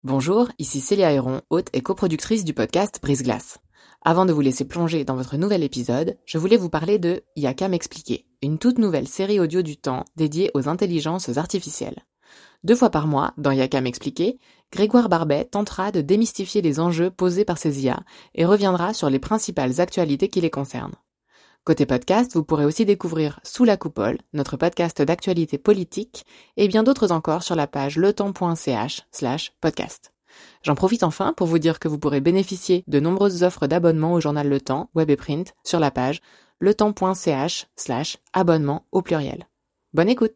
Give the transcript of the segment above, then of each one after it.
Bonjour, ici Célia Héron, hôte et coproductrice du podcast Brise-Glace. Avant de vous laisser plonger dans votre nouvel épisode, je voulais vous parler de Y'a qu'à m'expliquer, une toute nouvelle série audio du temps dédiée aux intelligences artificielles. 2 fois par mois, dans Y'a qu'à m'expliquer, Grégoire Barbet tentera de démystifier les enjeux posés par ces IA et reviendra sur les principales actualités qui les concernent. Côté podcast, vous pourrez aussi découvrir Sous la coupole, notre podcast d'actualité politique, et bien d'autres encore sur la page letemps.ch/podcast. J'en profite enfin pour vous dire que vous pourrez bénéficier de nombreuses offres d'abonnement au journal Le Temps, web et print, sur la page letemps.ch/abonnement au pluriel. Bonne écoute!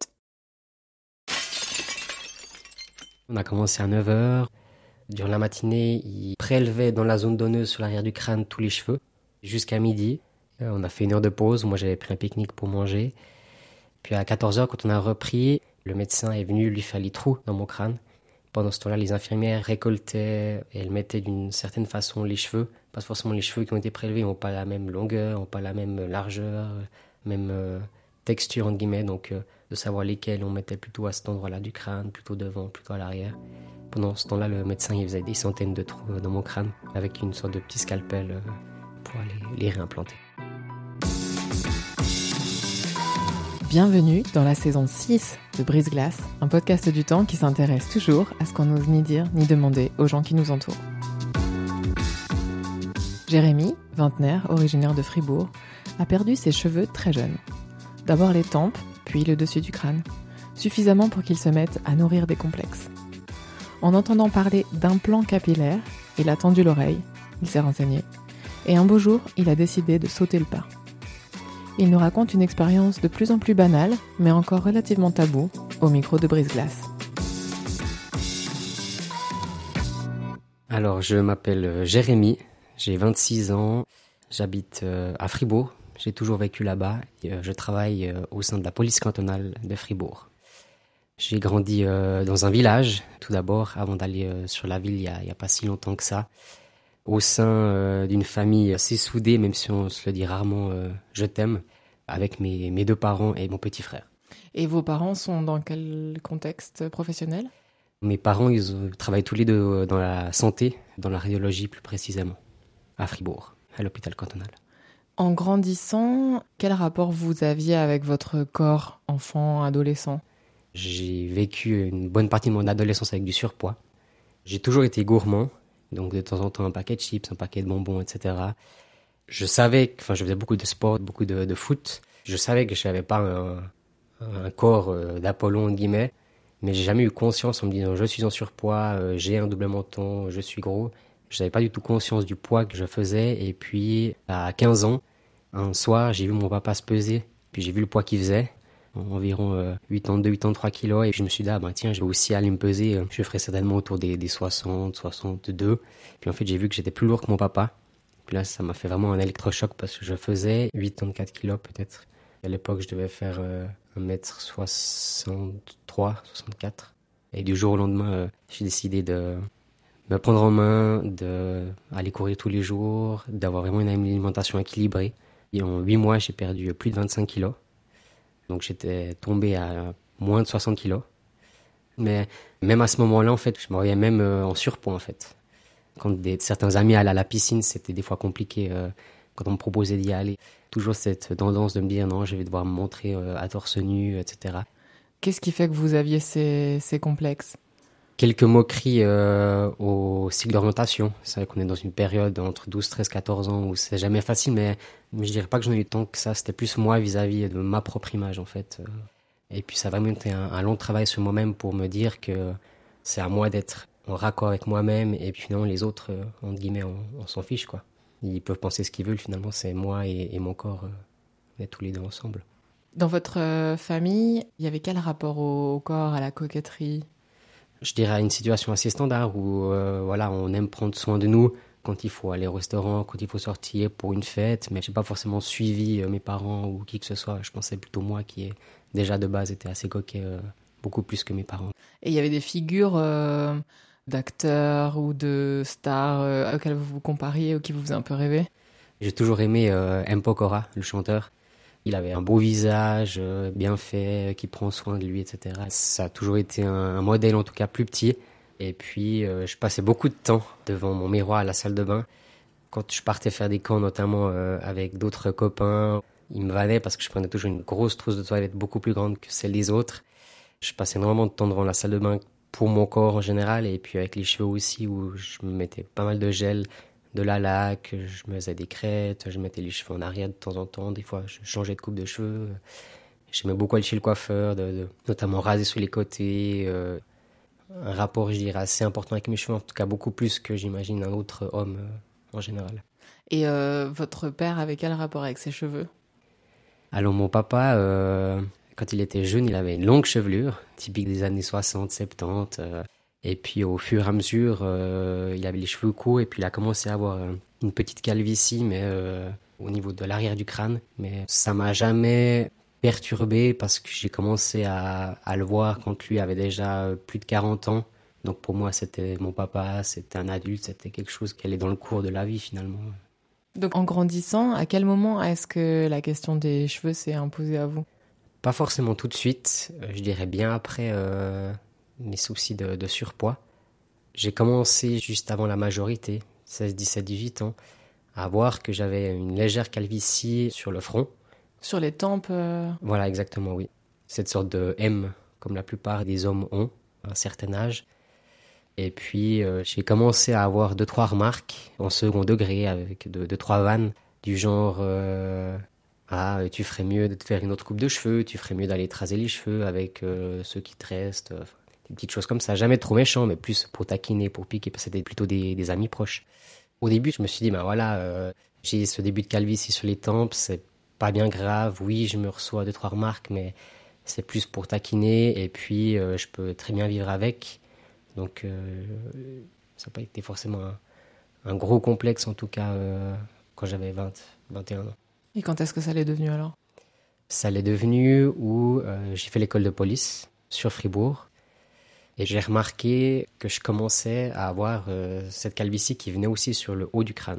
On a commencé à 9h. Durant la matinée, il prélevait dans la zone donneuse sur l'arrière du crâne tous les cheveux, jusqu'à midi. On a fait 1 heure de pause, moi j'avais pris un pique-nique pour manger. Puis à 14h, quand on a repris, le médecin est venu lui faire les trous dans mon crâne. Pendant ce temps-là, les infirmières récoltaient et elles mettaient d'une certaine façon les cheveux. Pas forcément les cheveux qui ont été prélevés n'ont pas la même longueur, n'ont pas la même largeur, même texture entre guillemets. Donc de savoir lesquels on mettait plutôt à cet endroit-là du crâne, plutôt devant, plutôt à l'arrière. Pendant ce temps-là, le médecin il faisait des centaines de trous dans mon crâne avec une sorte de petit scalpel pour aller les réimplanter. Bienvenue dans la saison 6 de Brise-Glace, un podcast du temps qui s'intéresse toujours à ce qu'on n'ose ni dire ni demander aux gens qui nous entourent. Jérémy, vingtenaire, originaire de Fribourg, a perdu ses cheveux très jeune. D'abord les tempes, puis le dessus du crâne, suffisamment pour qu'il se mette à nourrir des complexes. En entendant parler d'implant capillaire, il a tendu l'oreille, il s'est renseigné, et un beau jour, il a décidé de sauter le pas. Il nous raconte une expérience de plus en plus banale, mais encore relativement taboue, au micro de Brise-Glace. Alors, je m'appelle Jérémy, j'ai 26 ans, j'habite à Fribourg, j'ai toujours vécu là-bas, et je travaille au sein de la police cantonale de Fribourg. J'ai grandi dans un village, tout d'abord, avant d'aller sur la ville il y a pas si longtemps que ça, au sein d'une famille assez soudée, même si on se le dit rarement « je t'aime », avec mes 2 parents et mon petit frère. Et vos parents sont dans quel contexte professionnel ? Mes parents, ils travaillent tous les deux dans la santé, dans la radiologie plus précisément, à Fribourg, à l'hôpital cantonal. En grandissant, quel rapport vous aviez avec votre corps, enfant, adolescent ? J'ai vécu une bonne partie de mon adolescence avec du surpoids. J'ai toujours été gourmand, donc de temps en temps un paquet de chips, un paquet de bonbons, etc. Je savais, je faisais beaucoup de sport, beaucoup de foot. Je savais que je n'avais pas un corps d'Apollon, entre guillemets, mais j'ai jamais eu conscience en me disant je suis en surpoids, j'ai un double menton, je suis gros. Je n'avais pas du tout conscience du poids que je faisais. Et puis à 15 ans, un soir, j'ai vu mon papa se peser, puis j'ai vu le poids qu'il faisait. Environ 82-83 kilos, et je me suis dit tiens, je vais aussi aller me peser, je ferai certainement autour des 60, 62. Puis en fait j'ai vu que j'étais plus lourd que mon papa. Puis là ça m'a fait vraiment un électrochoc parce que je faisais 84 kilos peut-être. À l'époque je devais faire 1m63, 64. Et du jour au lendemain j'ai décidé de me prendre en main, d'aller courir tous les jours, d'avoir vraiment une alimentation équilibrée. Et en 8 mois j'ai perdu plus de 25 kilos. Donc j'étais tombé à moins de 60 kilos. Mais même à ce moment-là, en fait, je me voyais même en surpoids, en fait. Quand certains amis allaient à la piscine, c'était des fois compliqué quand on me proposait d'y aller. Toujours cette tendance de me dire non, je vais devoir me montrer à torse nu, etc. Qu'est-ce qui fait que vous aviez ces complexes ? Quelques moqueries au cycle d'orientation. C'est vrai qu'on est dans une période entre 12, 13, 14 ans où c'est jamais facile, mais je dirais pas que j'en ai eu tant que ça. C'était plus moi vis-à-vis de ma propre image, en fait. Et puis ça a vraiment été un long travail sur moi-même pour me dire que c'est à moi d'être en raccord avec moi-même, et puis finalement les autres, entre guillemets, on s'en fiche, quoi. Ils peuvent penser ce qu'ils veulent, finalement c'est moi et mon corps, on est tous les deux ensemble. Dans votre famille, il y avait quel rapport au corps, à la coquetterie ? Je dirais une situation assez standard où on aime prendre soin de nous quand il faut aller au restaurant, quand il faut sortir pour une fête, mais je n'ai pas forcément suivi mes parents ou qui que ce soit. Je pensais plutôt moi qui déjà de base était assez coquet, beaucoup plus que mes parents. Et il y avait des figures d'acteurs ou de stars auxquelles vous vous compariez ou qui vous faisaient un peu rêver ? J'ai toujours aimé M. Pokora, le chanteur. Il avait un beau visage, bien fait, qui prend soin de lui, etc. Ça a toujours été un modèle, en tout cas plus petit, Et puis, je passais beaucoup de temps devant mon miroir à la salle de bain. Quand je partais faire des camps, notamment avec d'autres copains, ils me vannaient parce que je prenais toujours une grosse trousse de toilette beaucoup plus grande que celle des autres. Je passais énormément de temps devant la salle de bain pour mon corps en général et puis avec les cheveux aussi où je me mettais pas mal de gel, de la laque, je me faisais des crêtes, je mettais les cheveux en arrière de temps en temps. Des fois, je changeais de coupe de cheveux. J'aimais beaucoup aller chez le coiffeur, notamment raser sous les côtés. Un rapport, je dirais, assez important avec mes cheveux, en tout cas beaucoup plus que j'imagine un autre homme en général. Et votre père avait quel rapport avec ses cheveux? Alors mon papa, quand il était jeune, il avait une longue chevelure, typique des années 60, 70. Et puis au fur et à mesure, il avait les cheveux courts et puis il a commencé à avoir une petite calvitie, mais au niveau de l'arrière du crâne. Mais ça m'a jamais perturbé parce que j'ai commencé à le voir quand lui avait déjà plus de 40 ans. Donc pour moi, c'était mon papa, c'était un adulte, c'était quelque chose qui allait dans le cours de la vie finalement. Donc en grandissant, à quel moment est-ce que la question des cheveux s'est imposée à vous? Pas forcément tout de suite, je dirais bien après mes soucis de surpoids. J'ai commencé juste avant la majorité, 16, 17, 18 ans, à voir que j'avais une légère calvitie sur le front. Sur les tempes Voilà, exactement, oui. Cette sorte de M, comme la plupart des hommes ont, à un certain âge. Et puis, j'ai commencé à avoir 2-3 remarques en second degré avec 2-3 vannes du genre ah, tu ferais mieux de te faire une autre coupe de cheveux, tu ferais mieux d'aller te raser les cheveux avec ceux qui te restent. Des petites choses comme ça. Jamais trop méchant, mais plus pour taquiner, pour piquer, parce que c'était plutôt des amis proches. Au début, je me suis dit, ben voilà, j'ai ce début de calvitie sur les tempes, c'est pas bien grave. Oui, je me reçois 2-3 remarques, mais c'est plus pour taquiner. Et puis, je peux très bien vivre avec. Donc, ça n'a pas été forcément un gros complexe, en tout cas, quand j'avais 21 ans. Et quand est-ce que ça l'est devenu alors? Ça l'est devenu où j'ai fait l'école de police sur Fribourg. Et j'ai remarqué que je commençais à avoir cette calvitie qui venait aussi sur le haut du crâne.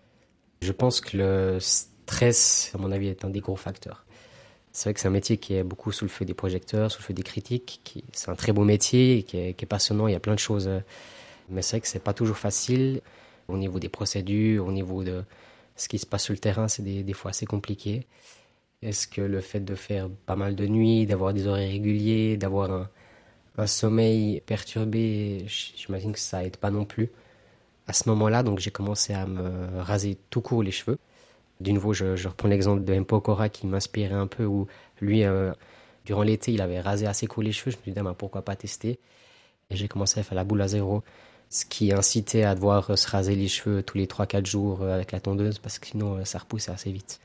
Je pense que le stress, à mon avis, est un des gros facteurs. C'est vrai que c'est un métier qui est beaucoup sous le feu des projecteurs, sous le feu des critiques. C'est un très beau métier qui est passionnant, il y a plein de choses. Mais c'est vrai que c'est pas toujours facile. Au niveau des procédures, au niveau de ce qui se passe sur le terrain, c'est des fois assez compliqué. Est-ce que le fait de faire pas mal de nuits, d'avoir des horaires réguliers, d'avoir un sommeil perturbé, j'imagine que ça aide pas non plus. À ce moment-là, donc j'ai commencé à me raser tout court les cheveux. De nouveau, je reprends l'exemple de M. Pokora qui m'inspirait un peu, où lui, durant l'été, il avait rasé assez court les cheveux. Je me suis dit, pourquoi pas tester? Et j'ai commencé à faire la boule à zéro, ce qui incitait à devoir se raser les cheveux tous les 3-4 jours avec la tondeuse, parce que sinon, ça repoussait assez vite.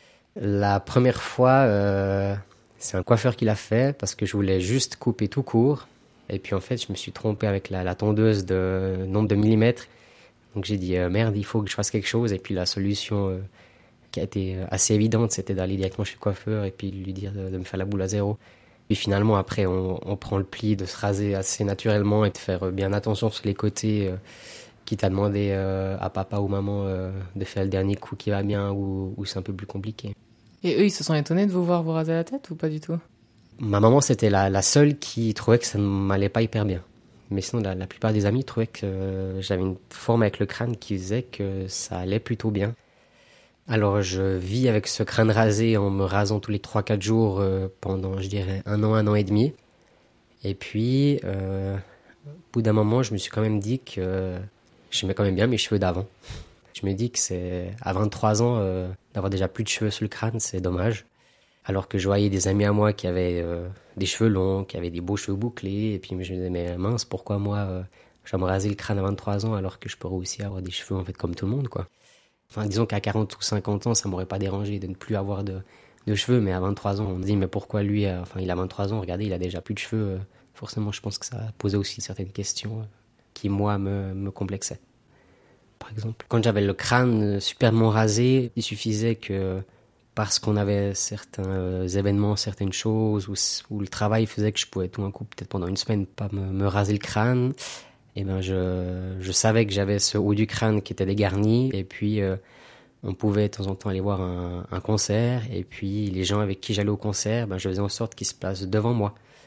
La première fois, c'est un coiffeur qui l'a fait, parce que je voulais juste couper tout court. Et puis en fait, je me suis trompé avec la tondeuse de nombre de millimètres. Donc j'ai dit, merde, il faut que je fasse quelque chose. Et puis la solution qui a été assez évidente, c'était d'aller directement chez le coiffeur et puis lui dire de me faire la boule à zéro. Puis finalement, après, on prend le pli de se raser assez naturellement et de faire bien attention sur les côtés, quitte à demander à papa ou maman de faire le dernier coup qui va bien ou c'est un peu plus compliqué. Et eux, ils se sont étonnés de vous voir vous raser la tête ou pas du tout? Ma maman, c'était la seule qui trouvait que ça ne m'allait pas hyper bien. Mais sinon, la plupart des amis trouvaient que j'avais une forme avec le crâne qui faisait que ça allait plutôt bien. Alors, je vis avec ce crâne rasé en me rasant tous les 3-4 jours pendant, je dirais, 1 an et demi. Et puis, au bout d'un moment, je me suis quand même dit que j'aimais quand même bien mes cheveux d'avant. Je me dis que c'est à 23 ans, d'avoir déjà plus de cheveux sur le crâne, c'est dommage. Alors que je voyais des amis à moi qui avaient des cheveux longs, qui avaient des beaux cheveux bouclés. Et puis, je me disais, mais mince, pourquoi moi, je vais me raser le crâne à 23 ans alors que je pourrais aussi avoir des cheveux en fait comme tout le monde, quoi. Enfin, disons qu'à 40 ou 50 ans, ça m'aurait pas dérangé de ne plus avoir de cheveux, mais à 23 ans, on me dit, mais pourquoi lui, il a 23 ans, regardez, il a déjà plus de cheveux. Forcément, je pense que ça posait aussi certaines questions qui, moi, me complexaient. Par exemple, quand j'avais le crâne superbement rasé, il suffisait que, parce qu'on avait certains événements, certaines choses, où le travail faisait que je pouvais tout d'un coup, peut-être pendant une semaine, pas me raser le crâne. Et ben je savais que j'avais ce haut du crâne qui était dégarni, et puis on pouvait de temps en temps aller voir un concert, et puis les gens avec qui j'allais au concert, je faisais en sorte qu'ils se placent devant moi.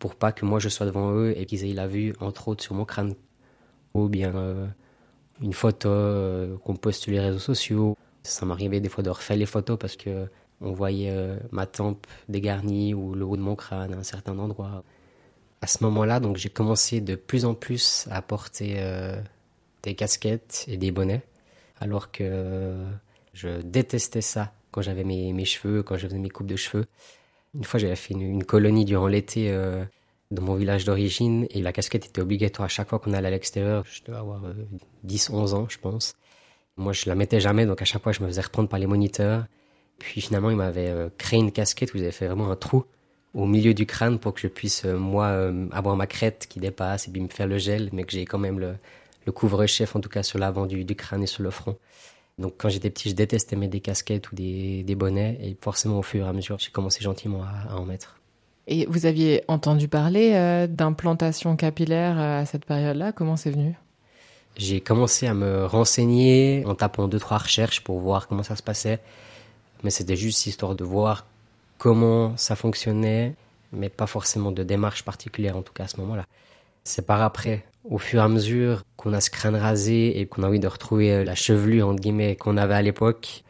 pour pas que moi je sois devant eux et qu'ils aient la vue, entre autres, sur mon crâne. Ou bien une photo qu'on poste sur les réseaux sociaux. Ça m'arrivait des fois de refaire les photos parce que on voyait ma tempe dégarnie ou le haut de mon crâne à un certain endroit. À ce moment-là, donc, j'ai commencé de plus en plus à porter des casquettes et des bonnets, alors que je détestais ça quand j'avais mes cheveux, quand je faisais mes coupes de cheveux. Une fois, j'avais fait une colonie durant l'été dans mon village d'origine et la casquette était obligatoire à chaque fois qu'on allait à l'extérieur. Je devais avoir 10-11 ans, je pense. Moi, je la mettais jamais, donc à chaque fois, je me faisais reprendre par les moniteurs. Puis finalement, ils m'avaient créé une casquette où ils avaient fait vraiment un trou au milieu du crâne pour que je puisse, avoir ma crête qui dépasse et puis me faire le gel, mais que j'ai quand même le couvre-chef, en tout cas sur l'avant du crâne et sur le front. Donc quand j'étais petit, je détestais mettre des casquettes ou des bonnets, et forcément au fur et à mesure, j'ai commencé gentiment à en mettre. Et vous aviez entendu parler d'implantation capillaire à cette période-là? Comment c'est venu? J'ai commencé à me renseigner en tapant 2-3 recherches pour voir comment ça se passait, mais c'était juste histoire de voir comment ça fonctionnait, mais pas forcément de démarche particulière, en tout cas à ce moment-là. C'est par après, au fur et à mesure qu'on a ce crâne rasé et qu'on a envie de retrouver la chevelure, entre guillemets, qu'on avait à l'époque,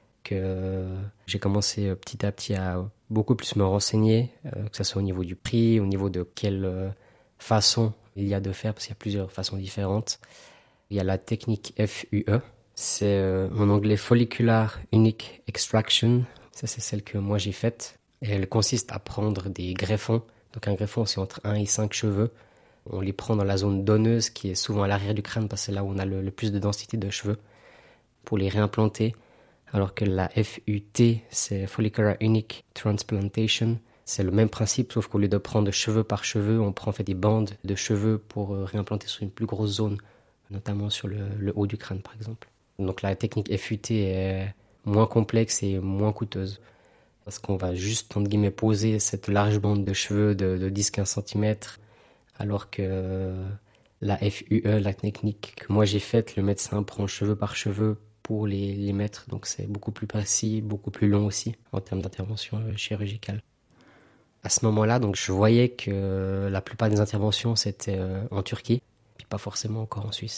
que j'ai commencé petit à petit à beaucoup plus me renseigner, que ce soit au niveau du prix, au niveau de quelle façon il y a de faire, parce qu'il y a plusieurs façons différentes. Il y a la technique FUE, c'est en anglais Follicular Unique Extraction, ça c'est celle que moi j'ai faite. Et elle consiste à prendre des greffons, donc un greffon c'est entre 1 et 5 cheveux. On les prend dans la zone donneuse qui est souvent à l'arrière du crâne parce que c'est là où on a le plus de densité de cheveux pour les réimplanter. Alors que la FUT, c'est Follicular Unique Transplantation. C'est le même principe sauf qu'au lieu de prendre cheveux par cheveux, on prend en fait des bandes de cheveux pour réimplanter sur une plus grosse zone, notamment sur le haut du crâne par exemple. Donc la technique FUT est moins complexe et moins coûteuse. Parce qu'on va juste, entre guillemets, poser cette large bande de cheveux de 10-15 cm. Alors que la FUE, la technique que moi j'ai faite, le médecin prend cheveu par cheveu pour les mettre. Donc c'est beaucoup plus précis, beaucoup plus long aussi en termes d'intervention chirurgicale. À ce moment-là, donc je voyais que la plupart des interventions c'était en Turquie, puis pas forcément encore en Suisse.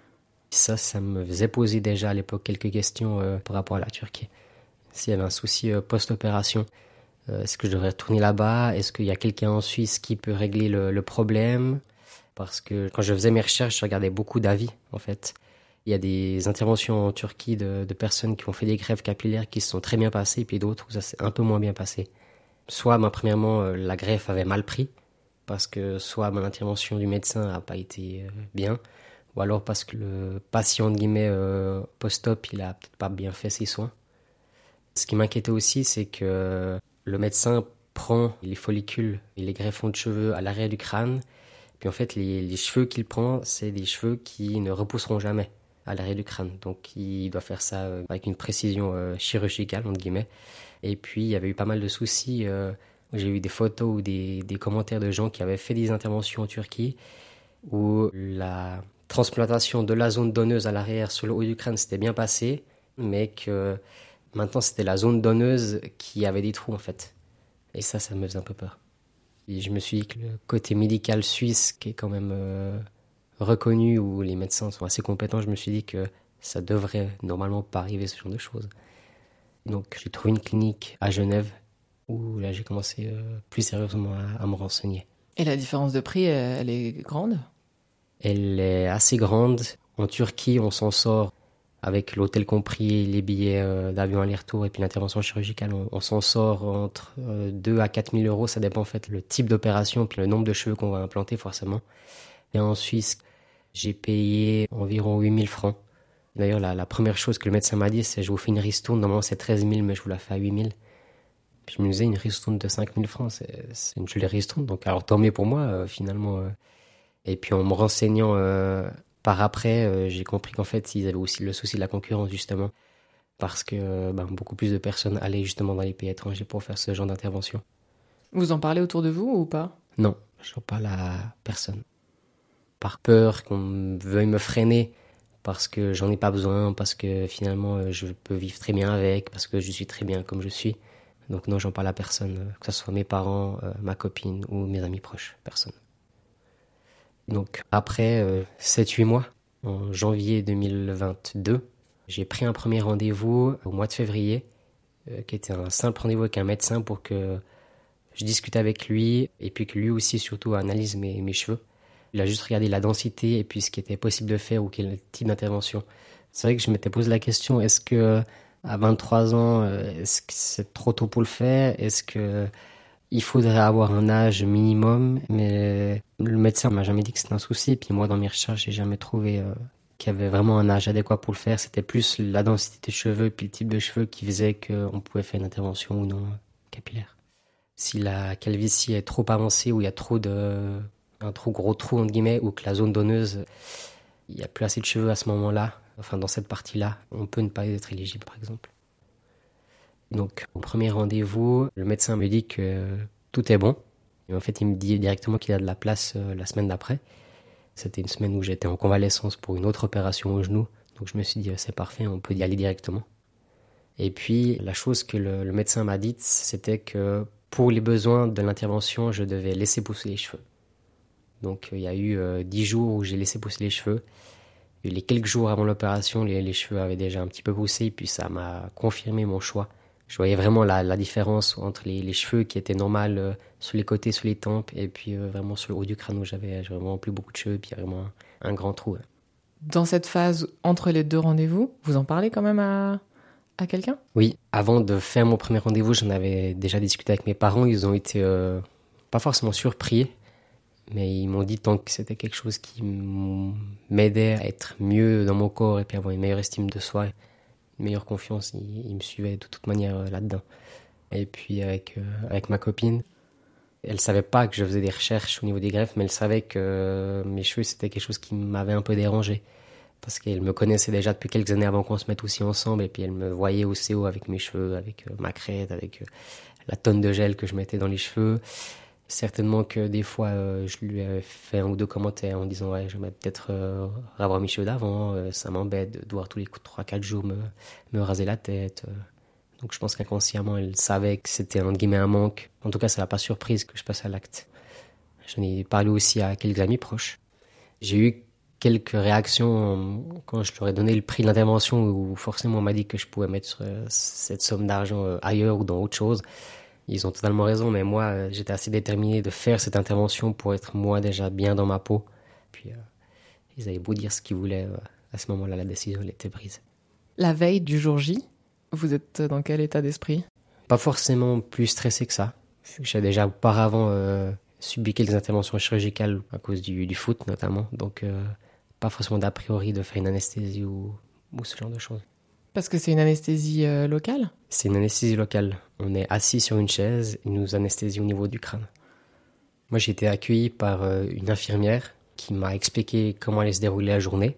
Ça me faisait poser déjà à l'époque quelques questions par rapport à la Turquie. S'il y avait un souci post-opération, est-ce que je devrais retourner là-bas? Est-ce qu'il y a quelqu'un en Suisse qui peut régler le problème? Parce que quand je faisais mes recherches, je regardais beaucoup d'avis, en fait. Il y a des interventions en Turquie de personnes qui ont fait des greffes capillaires qui se sont très bien passées, et puis d'autres où ça s'est un peu moins bien passé. Soit, premièrement, la greffe avait mal pris, parce que soit mon intervention du médecin n'a pas été bien, ou alors parce que le patient, entre guillemets, post-op, il a peut-être pas bien fait ses soins. Ce qui m'inquiétait aussi, c'est que le médecin prend les follicules et les greffons de cheveux à l'arrière du crâne. Puis en fait, les cheveux qu'il prend, c'est des cheveux qui ne repousseront jamais à l'arrière du crâne. Donc il doit faire ça avec une précision chirurgicale, entre guillemets. Et puis il y avait eu pas mal de soucis. J'ai eu des photos ou des commentaires de gens qui avaient fait des interventions en Turquie où la transplantation de la zone donneuse à l'arrière sur le haut du crâne s'était bien passée, mais que maintenant, c'était la zone donneuse qui avait des trous, en fait. Et ça me faisait un peu peur. Et je me suis dit que le côté médical suisse, qui est quand même reconnu, où les médecins sont assez compétents, je me suis dit que ça devrait normalement pas arriver, ce genre de choses. Donc, j'ai trouvé une clinique à Genève, où là, j'ai commencé plus sérieusement à me renseigner. Et la différence de prix, elle est grande? Elle est assez grande. En Turquie, on s'en sort avec l'hôtel compris, les billets d'avion aller-retour et puis l'intervention chirurgicale, on s'en sort entre 2 à 4 000 euros. Ça dépend en fait le type d'opération puis le nombre de cheveux qu'on va implanter forcément. Et en Suisse, j'ai payé environ 8 000 francs. D'ailleurs, la première chose que le médecin m'a dit, c'est je vous fais une ristourne. Normalement, c'est 13 000, mais je vous la fais à 8 000. Puis je me disais, une ristourne de 5 000 francs, c'est une jolie ristourne. Donc, alors tant mieux pour moi, finalement. Et puis en me renseignant par après, j'ai compris qu'en fait, ils avaient aussi le souci de la concurrence, justement. Parce que beaucoup plus de personnes allaient justement dans les pays étrangers pour faire ce genre d'intervention. Vous en parlez autour de vous ou pas? Non, je n'en parle à personne. Par peur qu'on veuille me freiner, parce que j'en ai pas besoin, parce que finalement je peux vivre très bien avec, parce que je suis très bien comme je suis. Donc non, j'en parle à personne, que ce soit mes parents, ma copine ou mes amis proches, personne. Donc après 7-8 mois, en janvier 2022, j'ai pris un premier rendez-vous au mois de février, qui était un simple rendez-vous avec un médecin pour que je discute avec lui et puis que lui aussi surtout analyse mes cheveux. Il a juste regardé la densité et puis ce qui était possible de faire ou quel type d'intervention. C'est vrai que je m'étais posé la question, est-ce que à 23 ans, est-ce que c'est trop tôt pour le faire? Est-ce que il faudrait avoir un âge minimum? Mais le médecin m'a jamais dit que c'était un souci. Et puis moi, dans mes recherches, j'ai jamais trouvé qu'il y avait vraiment un âge adéquat pour le faire. C'était plus la densité des cheveux puis le type de cheveux qui faisait qu'on pouvait faire une intervention ou non capillaire. Si la calvitie est trop avancée ou il y a un trop gros trou entre guillemets ou que la zone donneuse, il n'y a plus assez de cheveux à ce moment-là, enfin dans cette partie-là, on peut ne pas être éligible par exemple. Donc au premier rendez-vous, le médecin me dit que tout est bon. Et en fait, il me dit directement qu'il a de la place la semaine d'après. C'était une semaine où j'étais en convalescence pour une autre opération au genou. Donc je me suis dit c'est parfait, on peut y aller directement. Et puis la chose que le médecin m'a dite, c'était que pour les besoins de l'intervention, je devais laisser pousser les cheveux. Donc il y a eu 10 jours où j'ai laissé pousser les cheveux. Et les quelques jours avant l'opération, les cheveux avaient déjà un petit peu poussé, puis ça m'a confirmé mon choix. Je voyais vraiment la différence entre les cheveux qui étaient normaux sur les côtés, sur les tempes, et puis vraiment sur le haut du crâne où j'avais vraiment plus beaucoup de cheveux, puis vraiment un grand trou. Dans cette phase entre les deux rendez-vous, vous en parlez quand même à quelqu'un? Oui, avant de faire mon premier rendez-vous, j'en avais déjà discuté avec mes parents. Ils ont été pas forcément surpris, mais ils m'ont dit tant que c'était quelque chose qui m'aidait à être mieux dans mon corps et puis avoir une meilleure estime de soi, une meilleure confiance, ils me suivaient de toute manière là-dedans. Et puis avec ma copine, elle savait pas que je faisais des recherches au niveau des greffes, mais elle savait que mes cheveux c'était quelque chose qui m'avait un peu dérangé. Parce qu'elle me connaissait déjà depuis quelques années avant qu'on se mette aussi ensemble, et puis elle me voyait au CO avec mes cheveux, avec ma crête, avec la tonne de gel que je mettais dans les cheveux. Certainement que des fois, je lui ai fait un ou deux commentaires en disant ouais, j'aimerais peut-être revoir mes cheveux d'avant, ça m'embête de devoir tous les 3-4 jours me raser la tête. Donc je pense qu'inconsciemment, elle savait que c'était entre guillemets un manque. En tout cas, ça l'a pas surprise que je passe à l'acte. J'en ai parlé aussi à quelques amis proches. J'ai eu quelques réactions quand je leur ai donné le prix de l'intervention où forcément on m'a dit que je pouvais mettre cette somme d'argent ailleurs ou dans autre chose. Ils ont totalement raison, mais moi j'étais assez déterminé de faire cette intervention pour être moi déjà bien dans ma peau. Puis ils avaient beau dire ce qu'ils voulaient, à ce moment-là la décision elle était prise. La veille du jour J, vous êtes dans quel état d'esprit? Pas forcément plus stressé que ça. J'ai déjà auparavant subi quelques interventions chirurgicales à cause du foot notamment, donc pas forcément d'a priori de faire une anesthésie ou ce genre de choses. Parce que c'est une anesthésie locale? C'est une anesthésie locale. On est assis sur une chaise, ils nous anesthésient au niveau du crâne. Moi, j'ai été accueilli par une infirmière qui m'a expliqué comment allait se dérouler la journée.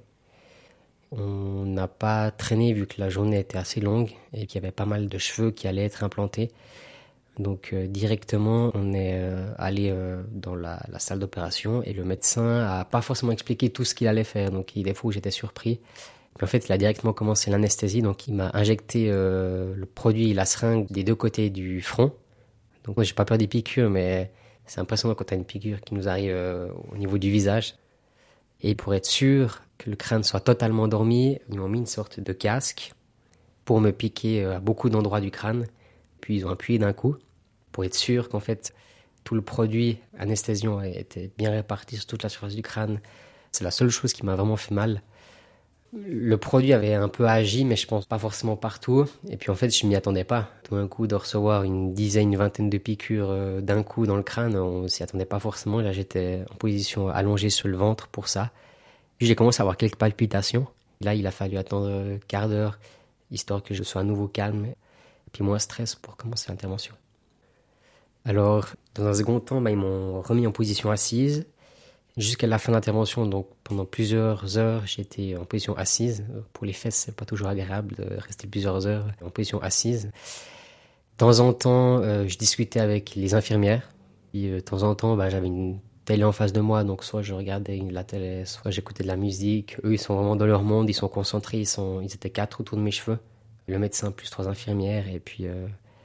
On n'a pas traîné vu que la journée était assez longue et qu'il y avait pas mal de cheveux qui allaient être implantés. Donc directement, on est allé dans la salle d'opération et le médecin a pas forcément expliqué tout ce qu'il allait faire. Donc des fois où j'étais surpris. En fait, il a directement commencé l'anesthésie. Donc il m'a injecté le produit, la seringue des deux côtés du front. Donc moi, j'ai pas peur des piqûres, mais c'est impressionnant quand tu as une piqûre qui nous arrive au niveau du visage. Et pour être sûr que le crâne soit totalement endormi, ils m'ont mis une sorte de casque pour me piquer à beaucoup d'endroits du crâne. Puis ils ont appuyé d'un coup pour être sûr qu'en fait tout le produit anesthésiant était bien réparti sur toute la surface du crâne. C'est la seule chose qui m'a vraiment fait mal. Le produit avait un peu agi, mais je pense pas forcément partout. Et puis en fait, je m'y attendais pas. Tout d'un coup, de recevoir une dizaine, une vingtaine de piqûres d'un coup dans le crâne, on s'y attendait pas forcément. Là, j'étais en position allongée sur le ventre pour ça. Puis j'ai commencé à avoir quelques palpitations. Là, il a fallu attendre un quart d'heure, histoire que je sois à nouveau calme. Et puis moins stress pour commencer l'intervention. Alors, dans un second temps, ils m'ont remis en position assise. Jusqu'à la fin de l'intervention, donc pendant plusieurs heures, j'étais en position assise. Pour les fesses, c'est pas toujours agréable de rester plusieurs heures en position assise. De temps en temps, je discutais avec les infirmières. Puis, de temps en temps, j'avais une télé en face de moi, donc soit je regardais la télé, soit j'écoutais de la musique. Eux, ils sont vraiment dans leur monde, ils sont concentrés, ils étaient 4 autour de mes cheveux. Le médecin plus 3 infirmières, et puis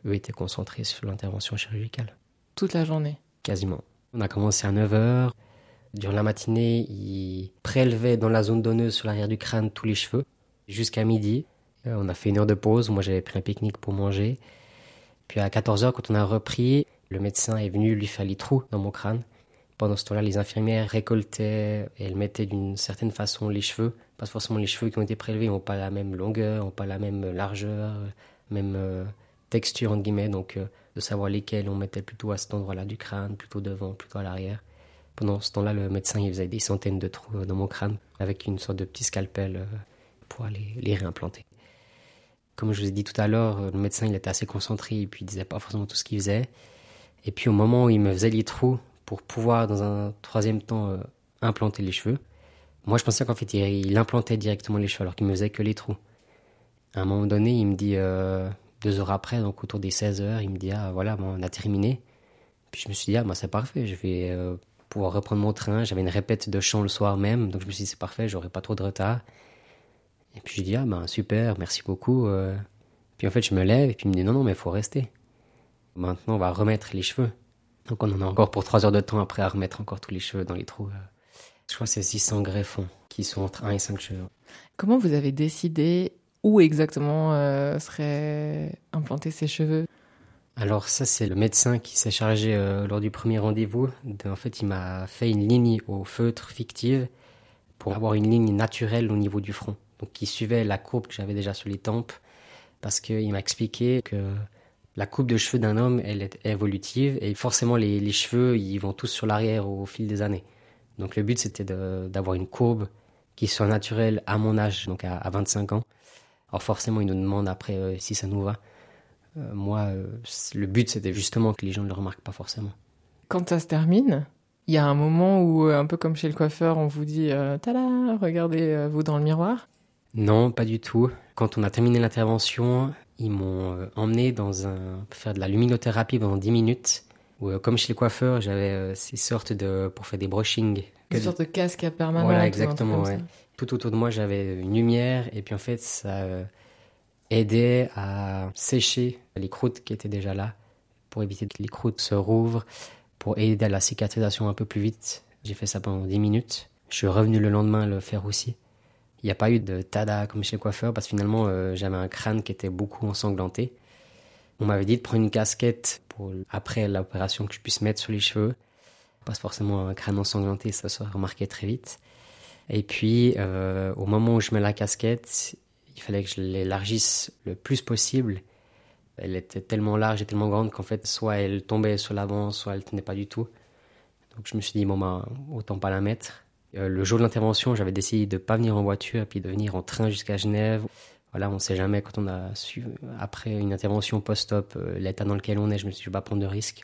eux étaient concentrés sur l'intervention chirurgicale. Toute la journée? Quasiment. On a commencé à 9h. Durant la matinée, ils prélevaient dans la zone donneuse sur l'arrière du crâne tous les cheveux jusqu'à midi. On a fait 1 heure de pause. Moi, j'avais pris un pique-nique pour manger. Puis à 14h, quand on a repris, le médecin est venu lui faire les trous dans mon crâne. Pendant ce temps-là, les infirmières récoltaient et elles mettaient d'une certaine façon les cheveux. Pas forcément les cheveux qui ont été prélevés n'ont pas la même longueur, n'ont pas la même largeur, même texture, entre guillemets. Donc, de savoir lesquels on mettait plutôt à cet endroit-là du crâne, plutôt devant, plutôt à l'arrière. Pendant ce temps-là, le médecin il faisait des centaines de trous dans mon crâne avec une sorte de petit scalpel pour aller les réimplanter. Comme je vous ai dit tout à l'heure, le médecin il était assez concentré et puis il disait pas forcément tout ce qu'il faisait. Et puis au moment où il me faisait les trous pour pouvoir dans un troisième temps implanter les cheveux, moi je pensais qu'en fait il implantait directement les cheveux alors qu'il me faisait que les trous. À un moment donné, il me dit 2 heures après, donc autour des 16h, il me dit ah voilà, bon, on a terminé. Puis je me suis dit ah bah c'est parfait, je vais pouvoir reprendre mon train. J'avais une répète de chant le soir même, donc je me suis dit c'est parfait, j'aurai pas trop de retard. Et puis j'ai dit ah ben super, merci beaucoup. Puis en fait je me lève et puis il me dit non mais il faut rester. Maintenant on va remettre les cheveux. Donc on en a encore pour 3 heures de temps après à remettre encore tous les cheveux dans les trous. Je crois que c'est 600 greffons qui sont entre 1 et 5 cheveux. Comment vous avez décidé où exactement seraient implantés ces cheveux? Alors ça c'est le médecin qui s'est chargé lors du premier rendez-vous. En fait il m'a fait une ligne au feutre fictive pour avoir une ligne naturelle au niveau du front. Donc qui suivait la courbe que j'avais déjà sur les tempes parce qu'il m'a expliqué que la coupe de cheveux d'un homme elle est évolutive et forcément les cheveux ils vont tous sur l'arrière au fil des années. Donc le but c'était d'avoir une courbe qui soit naturelle à mon âge, donc à 25 ans. Alors forcément il nous demande après si ça nous va. Moi, le but, c'était justement que les gens ne le remarquent pas forcément. Quand ça se termine, il y a un moment où, un peu comme chez le coiffeur, on vous dit « Tada, regardez-vous dans le miroir ». Non, pas du tout. Quand on a terminé l'intervention, ils m'ont emmené faire de la luminothérapie pendant 10 minutes. Où, comme chez le coiffeur, j'avais ces sortes pour faire des brushings. Une sorte de casque à permanente. Voilà, exactement. Ouais. Tout autour de moi, j'avais une lumière et puis en fait, ça aidait à sécher les croûtes qui étaient déjà là pour éviter que les croûtes se rouvrent, pour aider à la cicatrisation un peu plus vite. J'ai fait ça pendant 10 minutes. Je suis revenu le lendemain le faire aussi. Il n'y a pas eu de tada comme chez le coiffeur parce que finalement, j'avais un crâne qui était beaucoup ensanglanté. On m'avait dit de prendre une casquette pour, après l'opération, que je puisse mettre sur les cheveux. Pas forcément un crâne ensanglanté, ça se remarquait très vite. Et puis, au moment où je mets la casquette, il fallait que je l'élargisse le plus possible. Elle était tellement large et tellement grande qu'en fait, soit elle tombait sur l'avant, soit elle tenait pas du tout. Donc je me suis dit, bon ben, autant pas la mettre. Le jour de l'intervention, j'avais décidé de pas venir en voiture et puis de venir en train jusqu'à Genève. Voilà, on sait jamais quand on a su, après une intervention post-op, l'état dans lequel on est, je me suis dit, je vais pas prendre de risques.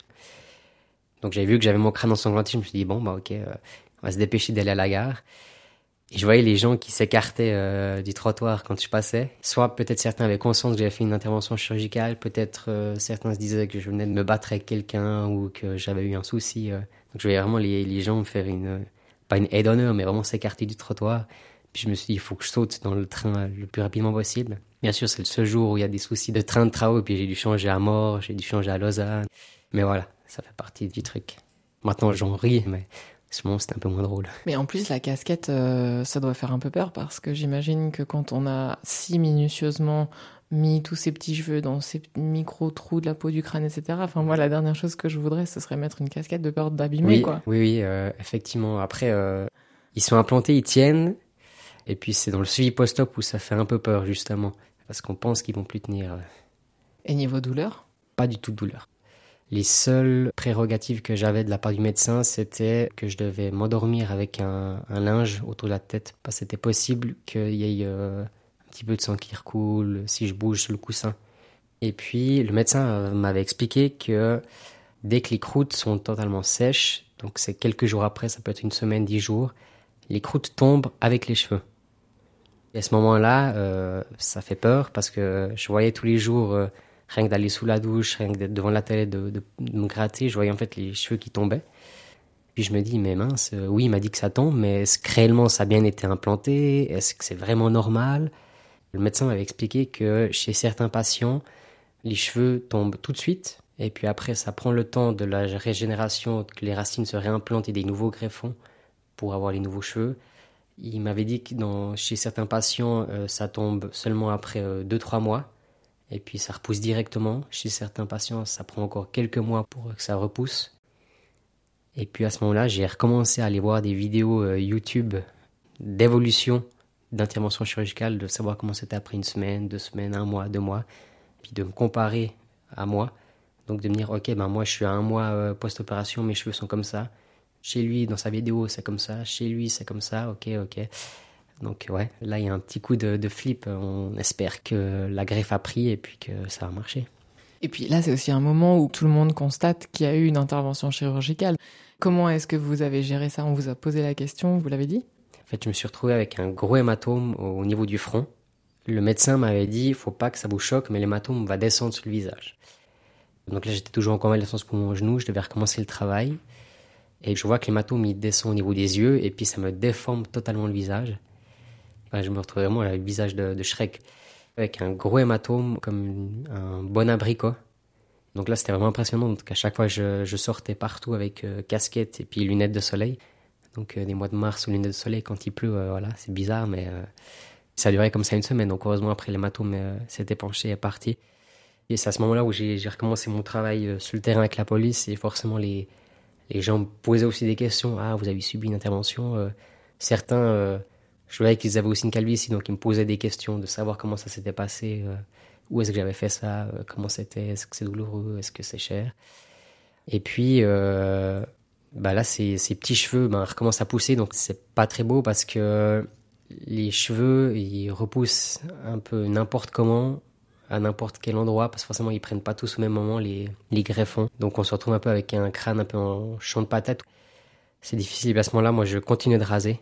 Donc j'avais vu que j'avais mon crâne ensanglanté, je me suis dit, bon bah ok, on va se dépêcher d'aller à la gare. Et je voyais les gens qui s'écartaient du trottoir quand je passais. Soit peut-être certains avaient conscience que j'avais fait une intervention chirurgicale, peut-être certains se disaient que je venais de me battre avec quelqu'un ou que j'avais eu un souci. Donc je voyais vraiment les gens me faire pas une aide d'honneur, mais vraiment s'écarter du trottoir. Puis je me suis dit, il faut que je saute dans le train le plus rapidement possible. Bien sûr, c'est le seul jour où il y a des soucis de train de travaux, puis j'ai dû changer à Mort, j'ai dû changer à Lausanne. Mais voilà, ça fait partie du truc. Maintenant, j'en ris, mais à ce moment, c'était un peu moins drôle. Mais en plus, la casquette, ça doit faire un peu peur parce que j'imagine que quand on a si minutieusement mis tous ces petits cheveux dans ces micro-trous de la peau du crâne, etc. Enfin, moi, la dernière chose que je voudrais, ce serait mettre une casquette de peur d'abîmer, oui, quoi. Oui, effectivement. Après, ils sont implantés, ils tiennent. Et puis, c'est dans le suivi post-op où ça fait un peu peur, justement. Parce qu'on pense qu'ils vont plus tenir. Et niveau douleur ? Pas du tout de douleur. Les seules prérogatives que j'avais de la part du médecin, c'était que je devais m'endormir avec un linge autour de la tête. Parce que c'était possible qu'il y ait un petit peu de sang qui recoule si je bouge sur le coussin. Et puis, le médecin m'avait expliqué que dès que les croûtes sont totalement sèches, donc c'est quelques jours après, ça peut être une semaine, 10 jours, les croûtes tombent avec les cheveux. Et à ce moment-là, ça fait peur parce que je voyais tous les jours... rien que d'aller sous la douche, rien que d'être devant la télé, de me gratter, je voyais en fait les cheveux qui tombaient. Puis je me dis, mais mince, oui, il m'a dit que ça tombe, mais est-ce que réellement ça a bien été implanté ? Est-ce que c'est vraiment normal ? Le médecin m'avait expliqué que chez certains patients, les cheveux tombent tout de suite. Et puis après, ça prend le temps de la régénération, que les racines se réimplantent et des nouveaux greffons pour avoir les nouveaux cheveux. Il m'avait dit que chez certains patients, ça tombe seulement après 2-3 mois. Et puis ça repousse directement. Chez certains patients, ça prend encore quelques mois pour que ça repousse. Et puis à ce moment-là, j'ai recommencé à aller voir des vidéos YouTube d'évolution d'intervention chirurgicale, de savoir comment c'était après 1 semaine, 2 semaines, 1 mois, 2 mois. Puis de me comparer à moi. Donc de me dire, ok, moi je suis à 1 mois post-opération, mes cheveux sont comme ça. Chez lui, dans sa vidéo, c'est comme ça. Chez lui, c'est comme ça. Ok. Donc ouais, là il y a un petit coup de flip. On espère que la greffe a pris et puis que ça va marcher. Et puis là, c'est aussi un moment où tout le monde constate qu'il y a eu une intervention chirurgicale. Comment est-ce que vous avez géré ça ? On vous a posé la question, vous l'avez dit ? En fait, je me suis retrouvé avec un gros hématome au niveau du front. Le médecin m'avait dit, il faut pas que ça vous choque, mais l'hématome va descendre sur le visage. Donc là, j'étais toujours en convalescence pour mon genou, je devais recommencer le travail. Et je vois que l'hématome, il descend au niveau des yeux, et puis ça me déforme totalement le visage. Je me retrouve vraiment avec le visage de Shrek, avec un gros hématome, comme un bon abricot. Donc là, c'était vraiment impressionnant. Donc à chaque fois, je sortais partout avec casquette et puis lunettes de soleil. Donc des mois de mars ou lunettes de soleil, quand il pleut, voilà, c'est bizarre, mais ça a duré comme ça 1 semaine. Donc heureusement, après, l'hématome s'est épanché et est parti. Et c'est à ce moment-là où j'ai recommencé mon travail sur le terrain avec la police. Et forcément, les gens me posaient aussi des questions. Ah, vous avez subi une intervention. Certains, je voyais qu'ils avaient aussi une calvitie, donc ils me posaient des questions de savoir comment ça s'était passé, où est-ce que j'avais fait ça, comment c'était, est-ce que c'est douloureux, est-ce que c'est cher. Et puis là, ces petits cheveux recommencent à pousser, donc c'est pas très beau parce que les cheveux, ils repoussent un peu n'importe comment, à n'importe quel endroit, parce que forcément, ils prennent pas tous au même moment, les greffons. Donc on se retrouve un peu avec un crâne un peu en champ de patate. C'est difficile, à ce moment-là, moi, je continuais de raser.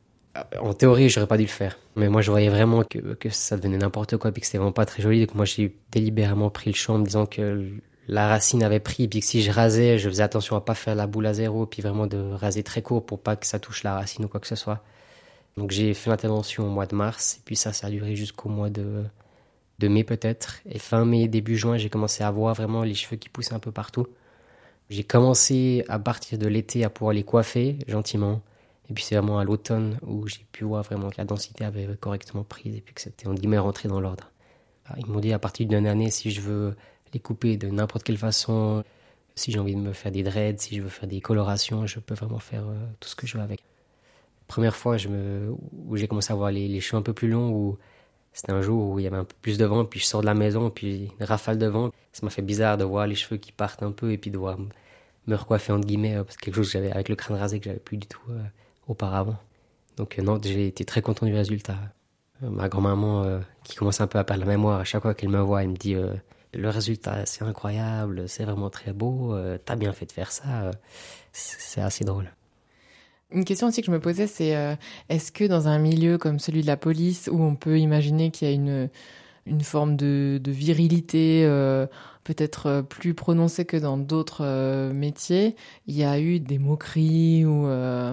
En théorie, j'aurais pas dû le faire. Mais moi, je voyais vraiment que ça devenait n'importe quoi, puis que c'était vraiment pas très joli. Donc moi, j'ai délibérément pris le champ en me disant que la racine avait pris, puis que si je rasais, je faisais attention à pas faire la boule à zéro, puis vraiment de raser très court pour pas que ça touche la racine ou quoi que ce soit. Donc j'ai fait l'intervention au mois de mars, et puis ça a duré jusqu'au mois de mai peut-être. Et fin mai, début juin, j'ai commencé à voir vraiment les cheveux qui poussaient un peu partout. J'ai commencé à partir de l'été à pouvoir les coiffer gentiment. Et puis c'est vraiment à l'automne où j'ai pu voir vraiment que la densité avait correctement pris et puis que c'était en guillemets rentré dans l'ordre. Ils m'ont dit à partir d'une année, si je veux les couper de n'importe quelle façon, si j'ai envie de me faire des dreads, si je veux faire des colorations, je peux vraiment faire tout ce que je veux avec. Première fois où j'ai commencé à voir les cheveux un peu plus longs, où c'était un jour où il y avait un peu plus de vent, puis je sors de la maison, puis une rafale de vent. Ça m'a fait bizarre de voir les cheveux qui partent un peu et puis de voir me recoiffer entre guillemets, parce que quelque chose que j'avais avec le crâne rasé que j'avais plus du tout auparavant. Donc non, j'ai été très content du résultat. Ma grand-maman qui commence un peu à perdre la mémoire, à chaque fois qu'elle me voit, elle me dit le résultat c'est incroyable, c'est vraiment très beau, t'as bien fait de faire ça, c'est assez drôle. Une question aussi que je me posais, c'est est-ce que dans un milieu comme celui de la police, où on peut imaginer qu'il y a une forme de virilité peut-être plus prononcée que dans d'autres métiers, il y a eu des moqueries ou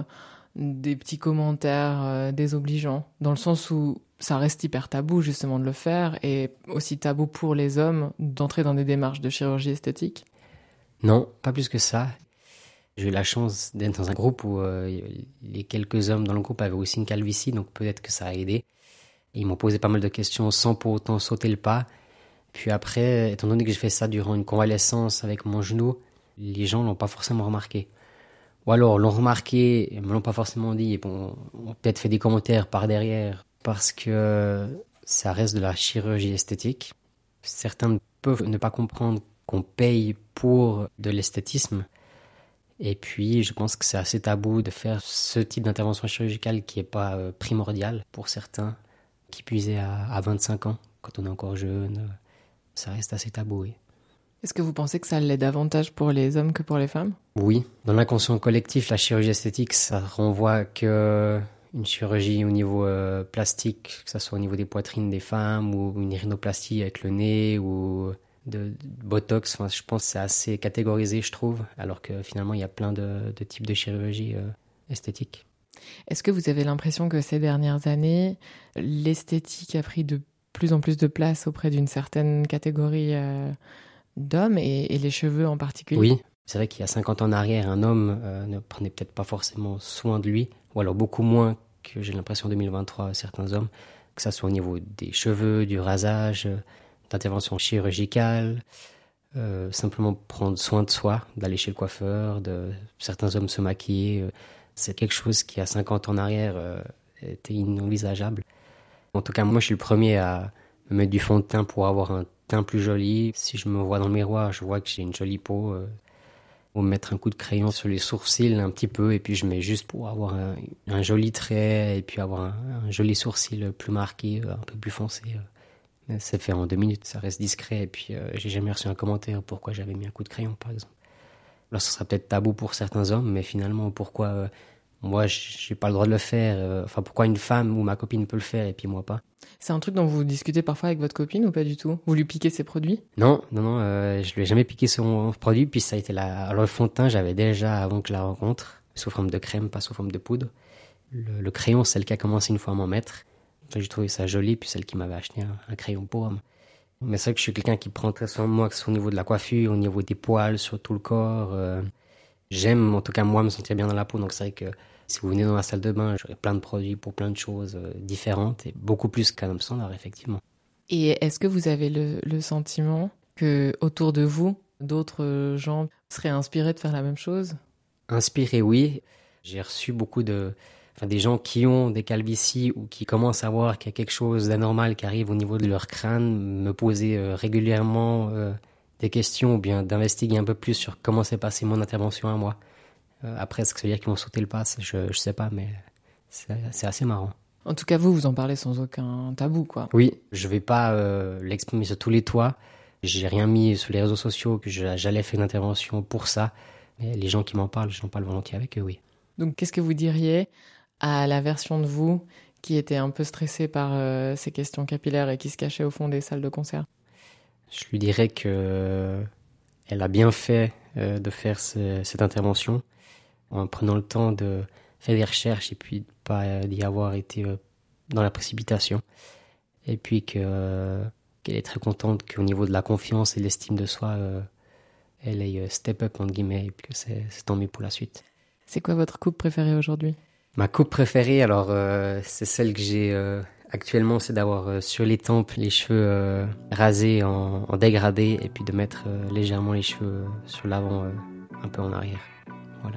des petits commentaires désobligeants, dans le sens où ça reste hyper tabou justement de le faire, et aussi tabou pour les hommes d'entrer dans des démarches de chirurgie esthétique? Non, pas plus que ça. J'ai eu la chance d'être dans un groupe où les quelques hommes dans le groupe avaient aussi une calvitie, donc peut-être que ça a aidé. Ils m'ont posé pas mal de questions sans pour autant sauter le pas. Puis après, étant donné que j'ai fait ça durant une convalescence avec mon genou, les gens l'ont pas forcément remarqué. Ou alors l'ont remarqué et me l'ont pas forcément dit, et bon, ont peut-être fait des commentaires par derrière, parce que ça reste de la chirurgie esthétique. Certains peuvent ne pas comprendre qu'on paye pour de l'esthétisme. Et puis, je pense que c'est assez tabou de faire ce type d'intervention chirurgicale qui n'est pas primordial pour certains, qui puisaient à 25 ans, quand on est encore jeune. Ça reste assez tabou, oui. Est-ce que vous pensez que ça l'est davantage pour les hommes que pour les femmes ? Oui. Dans l'inconscient collectif, la chirurgie esthétique, ça renvoie que une chirurgie au niveau plastique, que ce soit au niveau des poitrines des femmes, ou une rhinoplastie avec le nez, ou de botox. Enfin, je pense que c'est assez catégorisé, je trouve, alors que finalement, il y a plein de types de chirurgie esthétique. Est-ce que vous avez l'impression que ces dernières années, l'esthétique a pris de plus en plus de place auprès d'une certaine catégorie d'hommes et les cheveux en particulier. Oui, c'est vrai qu'il y a 50 ans en arrière, un homme ne prenait peut-être pas forcément soin de lui, ou alors beaucoup moins que j'ai l'impression en 2023 certains hommes, que ça soit au niveau des cheveux, du rasage, d'intervention chirurgicale, simplement prendre soin de soi, d'aller chez le coiffeur, de certains hommes se maquiller. C'est quelque chose qui, à 50 ans en arrière, était inenvisageable. En tout cas, moi, je suis le premier à me mettre du fond de teint pour avoir un teint plus joli. Si je me vois dans le miroir, je vois que j'ai une jolie peau. Ou me mettre un coup de crayon sur les sourcils un petit peu, et puis je mets juste pour avoir un joli trait, et puis avoir un joli sourcil plus marqué, un peu plus foncé. C'est fait en 2 minutes, ça reste discret, et puis j'ai jamais reçu un commentaire pourquoi j'avais mis un coup de crayon, par exemple. Alors ce sera peut-être tabou pour certains hommes, mais finalement, pourquoi moi j'ai pas le droit de le faire, enfin pourquoi une femme ou ma copine peut le faire et puis moi pas? C'est un truc dont vous discutez parfois avec votre copine ou pas du tout? Vous lui piquez ses produits? Non, je lui ai jamais piqué son produit, puis ça a été alors le fond de teint, j'avais déjà avant que je la rencontre, sous forme de crème, pas sous forme de poudre. Le crayon, c'est celle qui a commencé une fois à m'en mettre. J'ai trouvé ça joli, puis celle qui m'avait acheté un crayon pour homme. Mais c'est vrai que je suis quelqu'un qui prend très soin de moi, que ce soit au niveau de la coiffure, au niveau des poils, sur tout le corps. J'aime, en tout cas moi, me sentir bien dans la peau, donc c'est vrai que si vous venez dans la salle de bain, j'aurai plein de produits pour plein de choses différentes, et beaucoup plus qu'un homme standard, effectivement. Et est-ce que vous avez le sentiment que autour de vous, d'autres gens seraient inspirés de faire la même chose? Inspiré, oui. J'ai reçu beaucoup des gens qui ont des calvities ou qui commencent à voir qu'il y a quelque chose d'anormal qui arrive au niveau de leur crâne, me poser régulièrement des questions ou bien d'investiguer un peu plus sur comment s'est passée mon intervention à moi. Après, est-ce que ça veut dire qu'ils vont sauter le pas? Je sais pas, mais c'est assez marrant. En tout cas, vous en parlez sans aucun tabou, quoi. Oui, je vais pas l'exprimer sur tous les toits. J'ai rien mis sur les réseaux sociaux que j'allais faire une intervention pour ça. Mais les gens qui m'en parlent, j'en parle volontiers avec eux, oui. Donc, qu'est-ce que vous diriez à la version de vous qui était un peu stressée par ces questions capillaires et qui se cachait au fond des salles de concert? Je lui dirais que elle a bien fait de faire cette intervention en prenant le temps de faire des recherches et puis de pas d'y avoir été dans la précipitation. Et puis qu'elle est très contente qu'au niveau de la confiance et de l'estime de soi, elle ait step up entre guillemets, et puis que c'est tant mieux pour la suite. C'est quoi votre coupe préférée aujourd'hui? Ma coupe préférée, alors c'est celle que j'ai actuellement, c'est d'avoir sur les tempes les cheveux rasés en dégradé et puis de mettre légèrement les cheveux sur l'avant un peu en arrière. Voilà.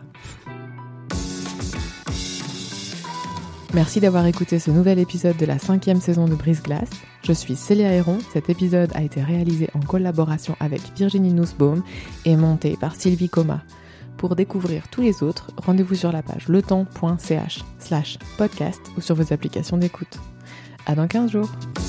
Merci d'avoir écouté ce nouvel épisode de la 5e saison de Brise Glace. Je suis Célia Héron. Cet épisode a été réalisé en collaboration avec Virginie Nussbaum et monté par Sylvie Coma. Pour découvrir tous les autres, rendez-vous sur la page letemps.ch/podcast ou sur vos applications d'écoute. À dans 15 jours.